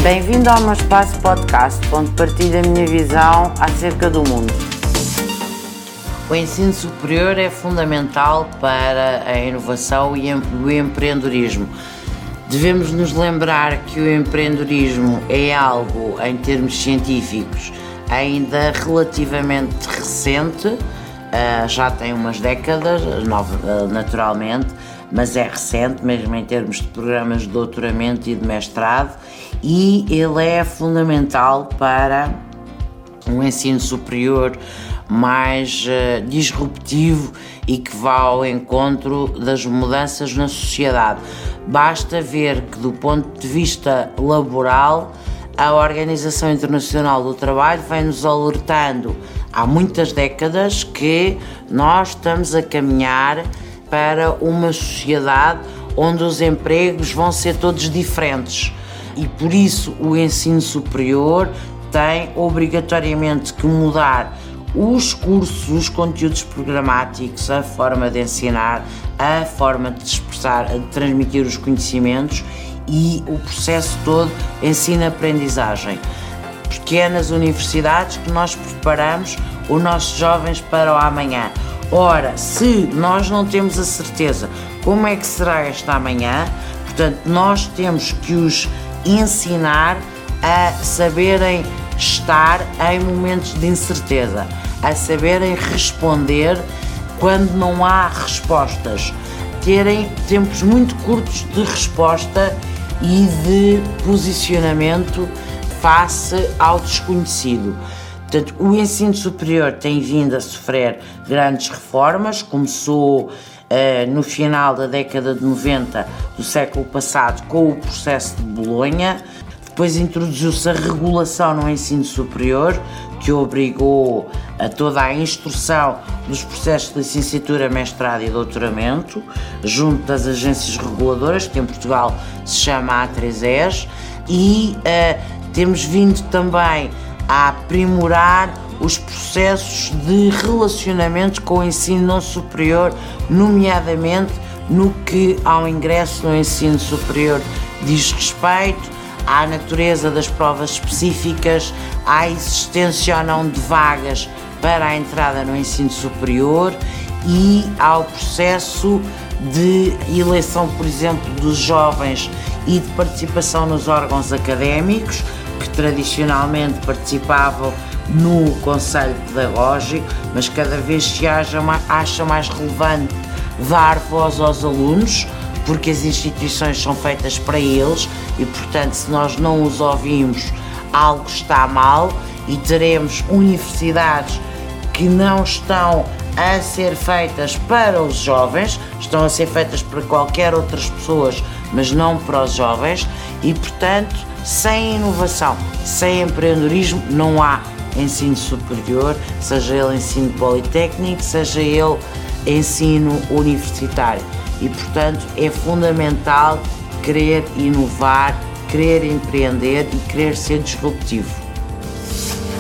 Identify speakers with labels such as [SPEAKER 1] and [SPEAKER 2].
[SPEAKER 1] Bem-vindo ao meu espaço podcast, onde partilho a minha visão acerca do mundo. O ensino superior é fundamental para a inovação e o empreendedorismo. Devemos nos lembrar que o empreendedorismo é algo, em termos científicos, ainda relativamente recente, já tem umas décadas, naturalmente, mas é recente, mesmo em termos de programas de doutoramento e de mestrado, e ele é fundamental para um ensino superior mais disruptivo e que vá ao encontro das mudanças na sociedade. Basta ver que, do ponto de vista laboral, a Organização Internacional do Trabalho vem-nos alertando há muitas décadas que nós estamos a caminhar para uma sociedade onde os empregos vão ser todos diferentes e por isso o ensino superior tem obrigatoriamente que mudar os cursos, os conteúdos programáticos, a forma de ensinar, a forma de expressar, de transmitir os conhecimentos e o processo todo ensino-aprendizagem. Pequenas universidades que nós preparamos os nossos jovens para o amanhã. Ora, se nós não temos a certeza como é que será esta amanhã, portanto, nós temos que os ensinar a saberem estar em momentos de incerteza, a saberem responder quando não há respostas, terem tempos muito curtos de resposta e de posicionamento face ao desconhecido. Portanto, o ensino superior tem vindo a sofrer grandes reformas, começou no final da década de 90 do século passado com o processo de Bolonha, depois introduziu-se a regulação no ensino superior, que obrigou a toda a instrução dos processos de licenciatura, mestrado e doutoramento, junto das agências reguladoras, que em Portugal se chama A3ES, e temos vindo também a aprimorar os processos de relacionamento com o ensino não superior, nomeadamente no que ao ingresso no ensino superior diz respeito, à natureza das provas específicas, à existência ou não de vagas para a entrada no ensino superior e ao processo de eleição, por exemplo, dos jovens e de participação nos órgãos académicos, que tradicionalmente participavam no Conselho Pedagógico, mas cada vez se acha mais relevante dar voz aos alunos, porque as instituições são feitas para eles e, portanto, se nós não os ouvimos, algo está mal e teremos universidades que não estão a ser feitas para os jovens, estão a ser feitas para qualquer outras pessoas, mas não para os jovens e, portanto, sem inovação, sem empreendedorismo, não há ensino superior, seja ele ensino politécnico, seja ele ensino universitário. E, portanto, é fundamental querer inovar, querer empreender e querer ser disruptivo.